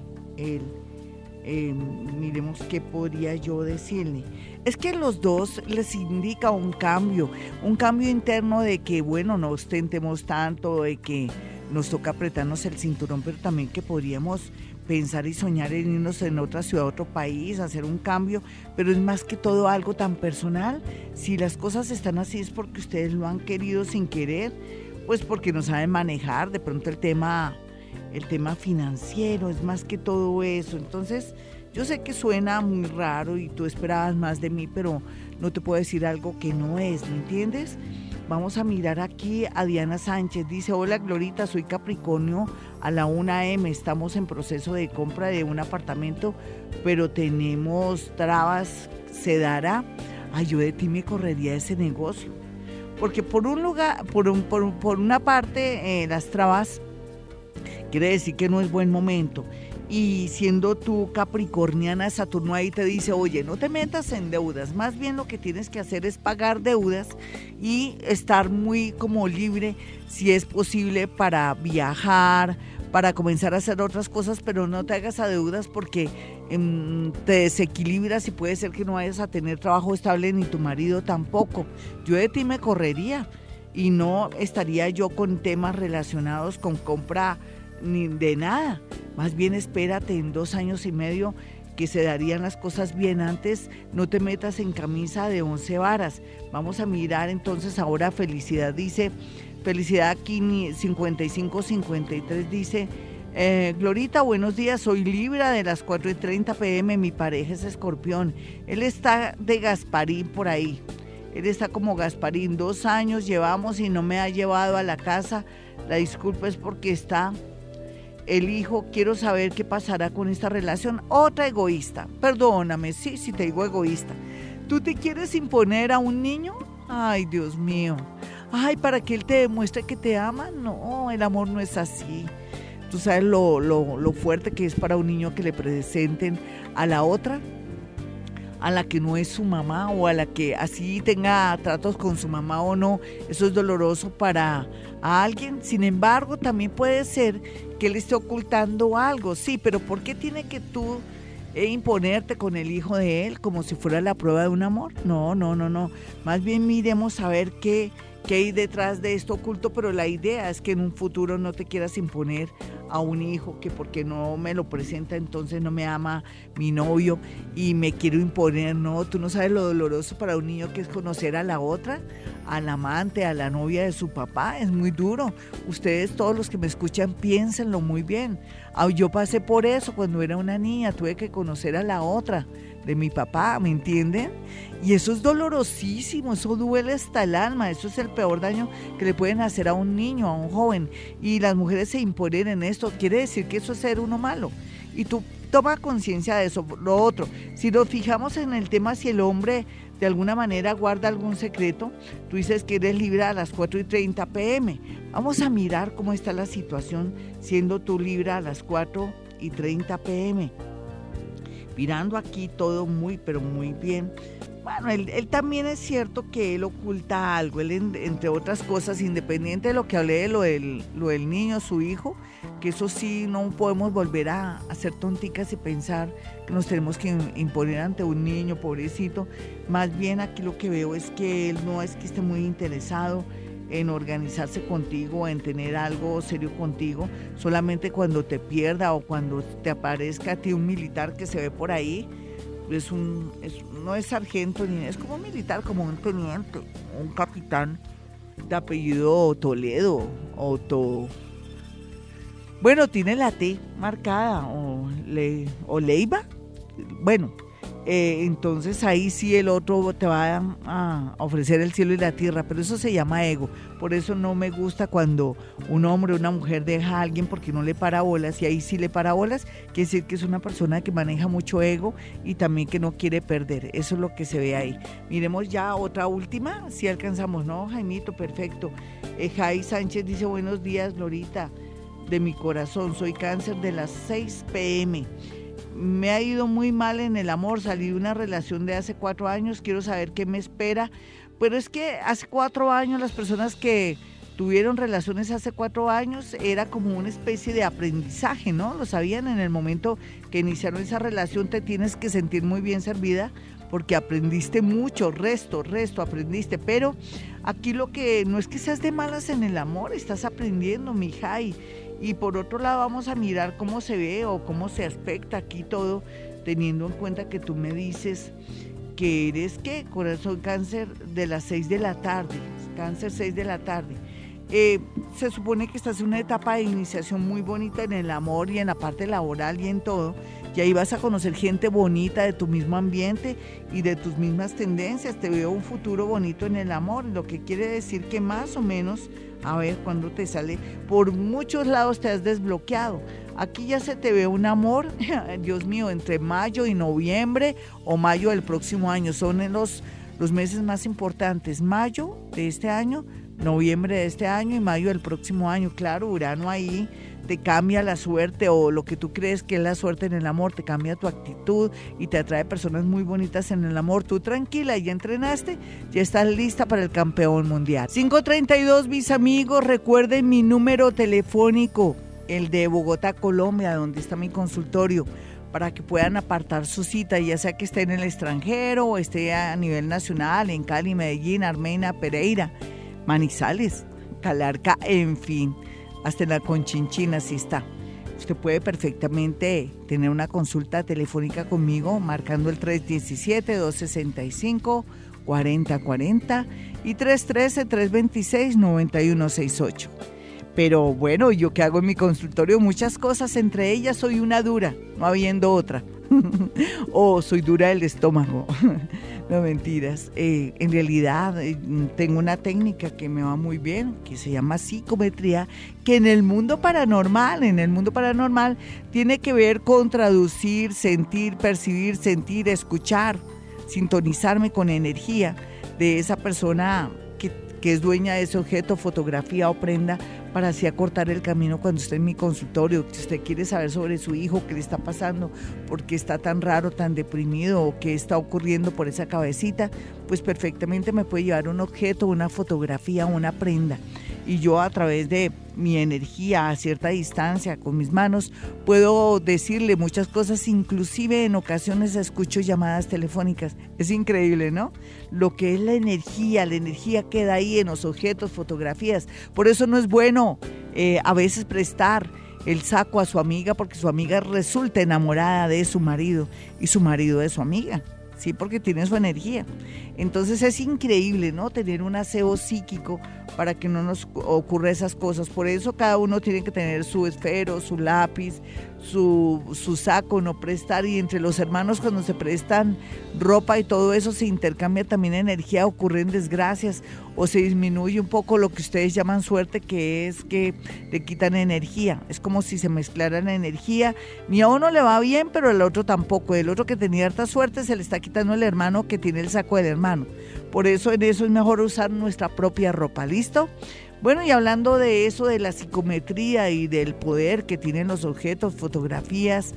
miremos qué podría yo decirle. Es que los dos les indica un cambio interno de que, bueno, no ostentemos tanto, de que nos toca apretarnos el cinturón, pero también que podríamos pensar y soñar en irnos en otra ciudad, otro país, hacer un cambio, pero es más que todo algo tan personal. Si las cosas están así es porque ustedes lo han querido sin querer, pues porque no saben manejar de pronto el tema financiero, es más que todo eso. Entonces, yo sé que suena muy raro y tú esperabas más de mí, pero no te puedo decir algo que no es, ¿me entiendes? Vamos a mirar aquí a Diana Sánchez, dice, hola Glorita, soy Capricornio a la 1 a.m., estamos en proceso de compra de un apartamento, pero tenemos trabas, ¿se dará? Ay, yo de ti me correría ese negocio. Porque por una parte las trabas quiere decir que no es buen momento, y siendo tú capricorniana, Saturno ahí te dice, oye, no te metas en deudas, más bien lo que tienes que hacer es pagar deudas y estar muy como libre, si es posible, para viajar, para comenzar a hacer otras cosas, pero no te hagas a deudas porque te desequilibras y puede ser que no vayas a tener trabajo estable ni tu marido tampoco. Yo de ti me correría y no estaría yo con temas relacionados con compra ni de nada. Más bien espérate en 2 años y medio que se darían las cosas bien. Antes no te metas en camisa de 11 varas. Vamos a mirar entonces ahora Felicidad. Dice, Felicidad aquí 5553 dice, Glorita, buenos días, soy Libra de las 4:30 p.m, mi pareja es Escorpión, él está de Gasparín por ahí, él está como Gasparín, 2 años llevamos y no me ha llevado a la casa, la disculpa es porque está el hijo, quiero saber qué pasará con esta relación. Otra egoísta, perdóname, sí te digo egoísta. ¿Tú te quieres imponer a un niño? Ay, Dios mío. Ay, para que él te demuestre que te ama. No, el amor no es así. Tú sabes lo fuerte que es para un niño que le presenten a la otra, a la que no es su mamá, o a la que así tenga tratos con su mamá o no. Eso es doloroso para alguien. Sin embargo, también puede ser que él esté ocultando algo. Sí, pero ¿por qué tiene que tú imponerte con el hijo de él como si fuera la prueba de un amor? No. Más bien miremos a ver qué hay detrás de esto oculto, pero la idea es que en un futuro no te quieras imponer a un hijo que porque no me lo presenta entonces no me ama mi novio y me quiero imponer. No, tú no sabes lo doloroso para un niño que es conocer a la otra, al amante, a la novia de su papá. Es muy duro. Ustedes, todos los que me escuchan, piénsenlo muy bien. Yo pasé por eso cuando era una niña, tuve que conocer a la otra de mi papá, ¿me entienden? Y eso es dolorosísimo, eso duele hasta el alma, eso es el peor daño que le pueden hacer a un niño, a un joven, y las mujeres se imponen en esto, quiere decir que eso es ser uno malo, y tú toma conciencia de eso. Lo otro, si nos fijamos en el tema, si el hombre de alguna manera guarda algún secreto, tú dices que eres Libra a las 4:30 p.m, vamos a mirar cómo está la situación siendo tú Libra a las 4:30 p.m, mirando aquí todo muy, pero muy bien. Bueno, él también es cierto que él oculta algo, él entre otras cosas, independiente de lo que hablé de lo del niño, su hijo, que eso sí no podemos volver a hacer tonticas y pensar que nos tenemos que imponer ante un niño, pobrecito. Más bien aquí lo que veo es que él no es que esté muy interesado en organizarse contigo, en tener algo serio contigo, solamente cuando te pierda o cuando te aparezca a ti un militar que se ve por ahí, no es sargento, ni es como un militar, como un teniente, un capitán de apellido Toledo, bueno, tiene la T marcada, o Leiva, bueno. Entonces ahí sí el otro te va a ofrecer el cielo y la tierra, pero eso se llama ego. Por eso no me gusta cuando un hombre o una mujer deja a alguien porque no le para bolas, y ahí sí le para bolas, quiere decir que es una persona que maneja mucho ego y también que no quiere perder. Eso es lo que se ve ahí. Miremos ya otra última, si alcanzamos, ¿no, Jaimito? Perfecto. Jai Sánchez dice: buenos días, Glorita, de mi corazón, soy Cáncer de las 6 p.m. Me ha ido muy mal en el amor, salí de una relación de hace 4 años, quiero saber qué me espera. Pero es que hace 4 años las personas que tuvieron relaciones hace 4 años era como una especie de aprendizaje, ¿no? Lo sabían en el momento que iniciaron esa relación, te tienes que sentir muy bien servida porque aprendiste mucho, resto aprendiste, pero aquí lo que no es que seas de malas en el amor, estás aprendiendo, mi Jai. Y por otro lado vamos a mirar cómo se ve o cómo se aspecta aquí todo, teniendo en cuenta que tú me dices que eres, ¿qué? Corazón Cáncer de las 6 de la tarde, Cáncer 6 de la tarde. Se supone que estás en una etapa de iniciación muy bonita en el amor y en la parte laboral y en todo, y ahí vas a conocer gente bonita de tu mismo ambiente y de tus mismas tendencias. Te veo un futuro bonito en el amor, lo que quiere decir que más o menos, a ver, cuando te sale, por muchos lados te has desbloqueado. Aquí ya se te ve un amor, Dios mío, entre mayo y noviembre o mayo del próximo año. Son los meses más importantes, mayo de este año, noviembre de este año y mayo del próximo año. Claro, Urano ahí te cambia la suerte, o lo que tú crees que es la suerte en el amor, te cambia tu actitud y te atrae personas muy bonitas en el amor. Tú tranquila, ya entrenaste, ya estás lista para el campeón mundial. 5:32, mis amigos, recuerden mi número telefónico, el de Bogotá, Colombia, donde está mi consultorio, para que puedan apartar su cita, ya sea que esté en el extranjero o esté a nivel nacional, en Cali, Medellín, Armenia, Pereira, Manizales, Calarca, en fin, hasta en la Conchinchina sí está. Usted puede perfectamente tener una consulta telefónica conmigo marcando el 317-265-4040 y 313-326-9168. Pero bueno, ¿yo qué hago en mi consultorio? Muchas cosas, entre ellas soy una dura, no habiendo otra. O soy dura del estómago. No, mentiras. En realidad tengo una técnica que me va muy bien, que se llama psicometría, que en el mundo paranormal tiene que ver con traducir, sentir, percibir, sentir, escuchar, sintonizarme con energía. de esa persona que es dueña de ese objeto, fotografía o prenda, para así acortar el camino cuando esté en mi consultorio. Si usted quiere saber sobre su hijo, qué le está pasando, por qué está tan raro, tan deprimido, o qué está ocurriendo por esa cabecita, pues perfectamente me puede llevar un objeto, una fotografía, una prenda. Y yo, a través de mi energía a cierta distancia, con mis manos, puedo decirle muchas cosas. Inclusive en ocasiones escucho llamadas telefónicas. Es increíble, ¿no? Lo que es la energía queda ahí en los objetos, fotografías. Por eso no es bueno a veces prestar el saco a su amiga, porque su amiga resulta enamorada de su marido y su marido de su amiga. Sí, porque tiene su energía. Entonces es increíble, ¿no? Tener un aseo psíquico para que no nos ocurra esas cosas. Por eso cada uno tiene que tener su esfero, su lápiz, su saco, no prestar. Y entre los hermanos, cuando se prestan ropa y todo eso, se intercambia también energía, ocurren desgracias o se disminuye un poco lo que ustedes llaman suerte, que es que le quitan energía. Es como si se mezclara la energía. Ni a uno le va bien, pero al otro tampoco. El otro que tenía harta suerte se le está quitando el hermano que tiene el saco del hermano. Por eso en eso es mejor usar nuestra propia ropa. ¿Listo? Bueno, y hablando de eso, de la psicometría y del poder que tienen los objetos, fotografías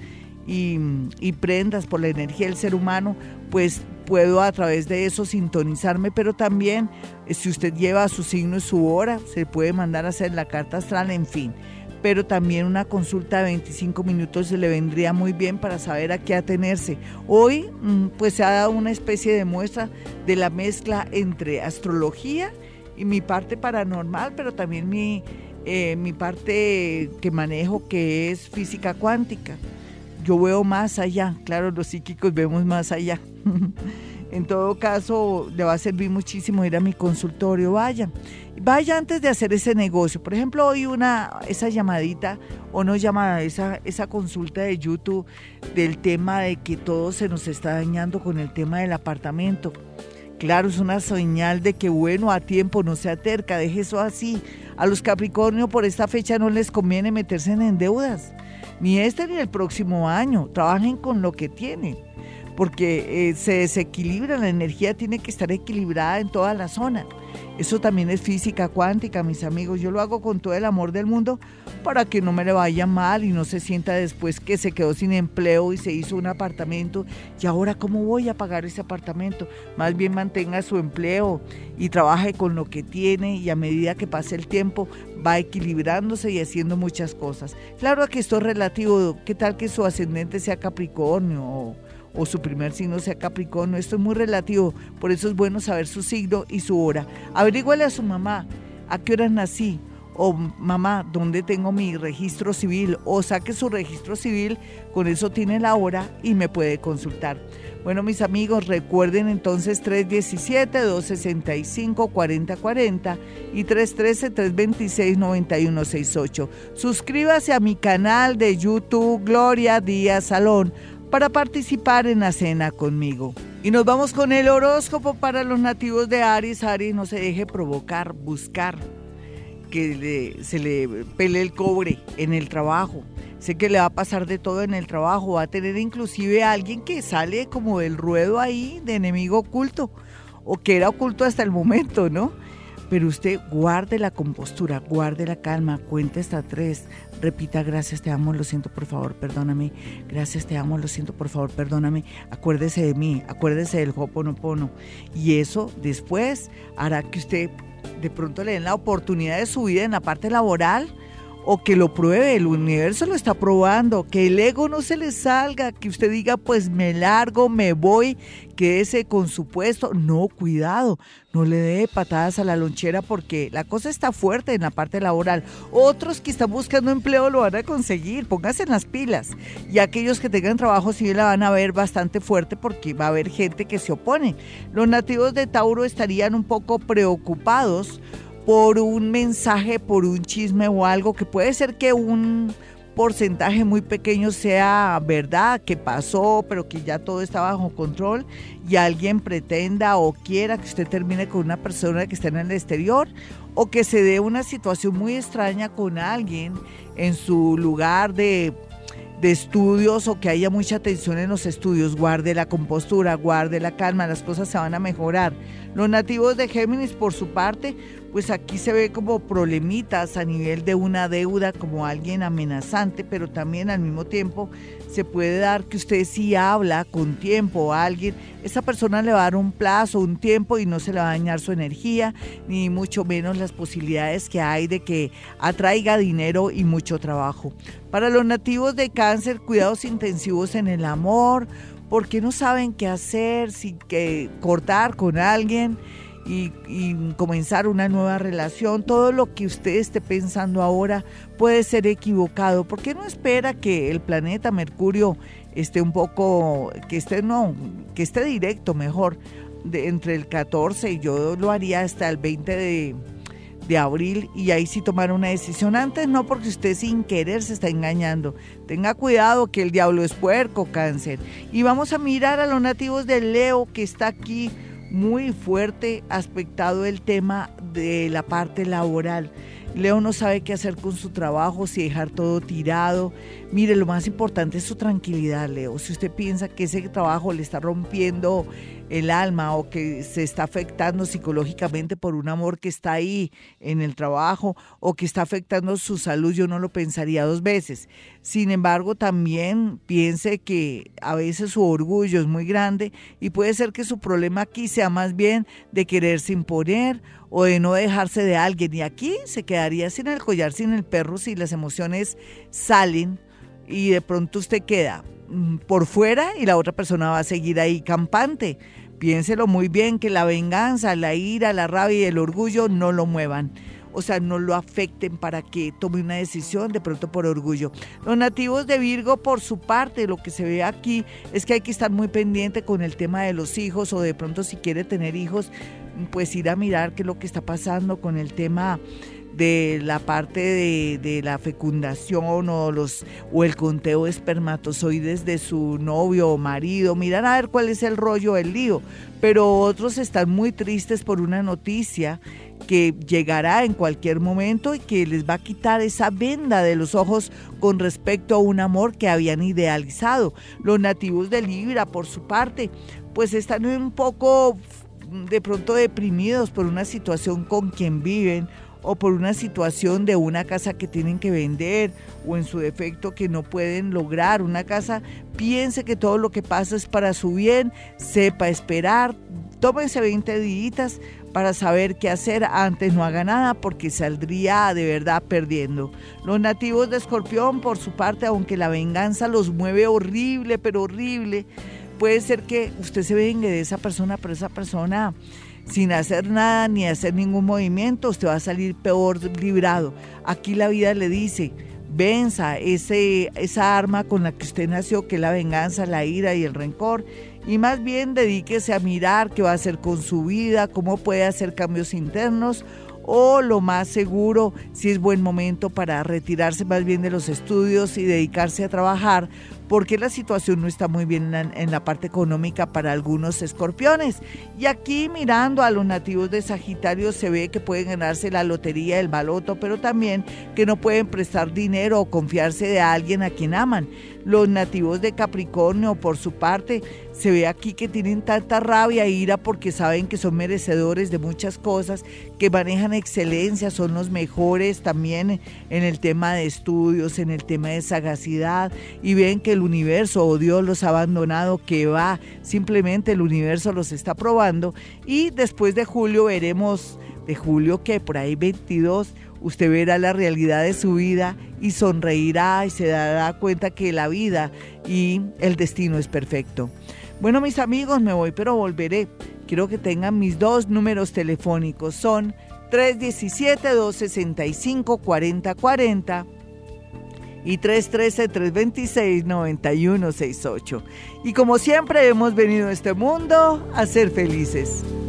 y prendas por la energía del ser humano, pues puedo a través de eso sintonizarme, pero también si usted lleva su signo y su hora, se puede mandar a hacer la carta astral, en fin. Pero también una consulta de 25 minutos se le vendría muy bien para saber a qué atenerse. Hoy pues se ha dado una especie de muestra de la mezcla entre astrología y mi parte paranormal, pero también mi parte que manejo, que es física cuántica. Yo veo más allá, claro, los psíquicos vemos más allá. En todo caso, le va a servir muchísimo ir a mi consultorio. Vaya antes de hacer ese negocio. Por ejemplo, hoy esa llamadita, o no llamada, esa consulta de YouTube del tema de que todo se nos está dañando con el tema del apartamento. Claro, es una señal de que, bueno, a tiempo, no sea terca, deje eso así. A los Capricornio por esta fecha no les conviene meterse en deudas, ni ni el próximo año. Trabajen con lo que tienen, porque se desequilibra, la energía tiene que estar equilibrada en toda la zona. Eso también es física cuántica, mis amigos. Yo lo hago con todo el amor del mundo para que no me le vaya mal y no se sienta después que se quedó sin empleo y se hizo un apartamento y ahora ¿cómo voy a pagar ese apartamento? Más bien mantenga su empleo y trabaje con lo que tiene, y a medida que pase el tiempo va equilibrándose y haciendo muchas cosas. Claro que esto es relativo. ¿Qué tal que su ascendente sea Capricornio o su primer signo sea Capricornio? Esto es muy relativo, por eso es bueno saber su signo y su hora. Averígüele a su mamá a qué horas nací, o mamá, ¿dónde tengo mi registro civil? O saque su registro civil, con eso tiene la hora y me puede consultar. Bueno, mis amigos, recuerden entonces 317-265-4040 y 313-326-9168. Suscríbase a mi canal de YouTube Gloria Díaz Salón para participar en la cena conmigo. Y nos vamos con el horóscopo para los nativos de Aries. Aries, no se deje provocar, buscar que se le pele el cobre en el trabajo. Sé que le va a pasar de todo en el trabajo, va a tener inclusive a alguien que sale como del ruedo ahí de enemigo oculto, o que era oculto hasta el momento, ¿no? Pero usted guarde la compostura, guarde la calma, cuente hasta 3, repita: gracias, te amo, lo siento, por favor, perdóname, gracias, te amo, lo siento, por favor, perdóname, acuérdese de mí, acuérdese del Ho'oponopono, y eso después hará que usted de pronto le den la oportunidad de su vida en la parte laboral, o que lo pruebe, el universo lo está probando, que el ego no se le salga, que usted diga pues me largo, me voy, quédese con su puesto. No, cuidado, no le dé patadas a la lonchera, porque la cosa está fuerte en la parte laboral. Otros que están buscando empleo lo van a conseguir, pónganse en las pilas, y aquellos que tengan trabajo civil la van a ver bastante fuerte, porque va a haber gente que se opone. Los nativos de Tauro estarían un poco preocupados por un mensaje, por un chisme o algo, que puede ser que un porcentaje muy pequeño sea verdad, que pasó, pero que ya todo está bajo control, y alguien pretenda o quiera que usted termine con una persona que está en el exterior, o que se dé una situación muy extraña con alguien en su lugar de de estudios o que haya mucha tensión en los estudios. Guarde la compostura, guarde la calma, las cosas se van a mejorar. Los nativos de Géminis, por su parte, pues aquí se ve como problemitas a nivel de una deuda, como alguien amenazante, pero también al mismo tiempo se puede dar que usted sí habla con tiempo a alguien, esa persona le va a dar un plazo, un tiempo y no se le va a dañar su energía, ni mucho menos las posibilidades que hay de que atraiga dinero y mucho trabajo. Para los nativos de Cáncer, cuidados intensivos en el amor, porque no saben qué hacer, si que cortar con alguien y comenzar una nueva relación. Todo lo que usted esté pensando ahora puede ser equivocado. ¿Por qué no espera que el planeta Mercurio esté un poco, que esté directo mejor, entre el 14 y yo lo haría hasta el 20 de abril, y ahí sí tomar una decisión? Antes no, porque usted sin querer se está engañando. Tenga cuidado que el diablo es puerco, Cáncer. Y vamos a mirar a los nativos de Leo, que está aquí muy fuerte aspectado el tema de la parte laboral. Leo no sabe qué hacer con su trabajo, si dejar todo tirado. Mire, lo más importante es su tranquilidad, Leo. Si usted piensa que ese trabajo le está rompiendo el alma o que se está afectando psicológicamente por un amor que está ahí en el trabajo o que está afectando su salud, yo no lo pensaría dos veces. Sin embargo, también piense que a veces su orgullo es muy grande y puede ser que su problema aquí sea más bien de quererse imponer o de no dejarse de alguien, y aquí se quedaría sin el collar, sin el perro, si las emociones salen y de pronto usted queda por fuera y la otra persona va a seguir ahí campante. Piénselo muy bien, que la venganza, la ira, la rabia y el orgullo no lo muevan. O sea, no lo afecten para que tome una decisión de pronto por orgullo. Los nativos de Virgo, por su parte, lo que se ve aquí es que hay que estar muy pendiente con el tema de los hijos, o de pronto si quiere tener hijos, pues ir a mirar qué es lo que está pasando con el tema de la parte de la fecundación o el conteo de espermatozoides de su novio o marido. Mirar a ver cuál es el rollo, el lío. Pero otros están muy tristes por una noticia que llegará en cualquier momento y que les va a quitar esa venda de los ojos con respecto a un amor que habían idealizado. Los nativos de Libra, por su parte, pues están un poco de pronto deprimidos por una situación con quien viven, o por una situación de una casa que tienen que vender, o en su defecto que no pueden lograr una casa. Piense que todo lo que pasa es para su bien, sepa esperar, tómense 20 días para saber qué hacer. Antes no haga nada, porque saldría de verdad perdiendo. Los nativos de Escorpión, por su parte, aunque la venganza los mueve horrible, pero horrible, puede ser que usted se vengue de esa persona, pero esa persona, sin hacer nada ni hacer ningún movimiento, usted va a salir peor librado. Aquí la vida le dice: venza esa arma con la que usted nació, que es la venganza, la ira y el rencor, y más bien dedíquese a mirar qué va a hacer con su vida, cómo puede hacer cambios internos, o lo más seguro, si es buen momento para retirarse más bien de los estudios y dedicarse a trabajar, porque la situación no está muy bien en la parte económica para algunos escorpiones. Y aquí, mirando a los nativos de Sagitario, se ve que pueden ganarse la lotería, el baloto, pero también que no pueden prestar dinero o confiarse de alguien a quien aman. Los nativos de Capricornio, por su parte, se ve aquí que tienen tanta rabia e ira porque saben que son merecedores de muchas cosas, que manejan excelencia, son los mejores también en el tema de estudios, en el tema de sagacidad, y ven que el universo o Dios los ha abandonado, que va, simplemente el universo los está probando. Y después de julio veremos, de julio que por ahí 22, usted verá la realidad de su vida y sonreirá y se dará cuenta que la vida y el destino es perfecto. Bueno, mis amigos, me voy, pero volveré. Quiero que tengan mis dos números telefónicos. Son 317-265-4040 y 313-326-9168. Y como siempre, hemos venido a este mundo a ser felices.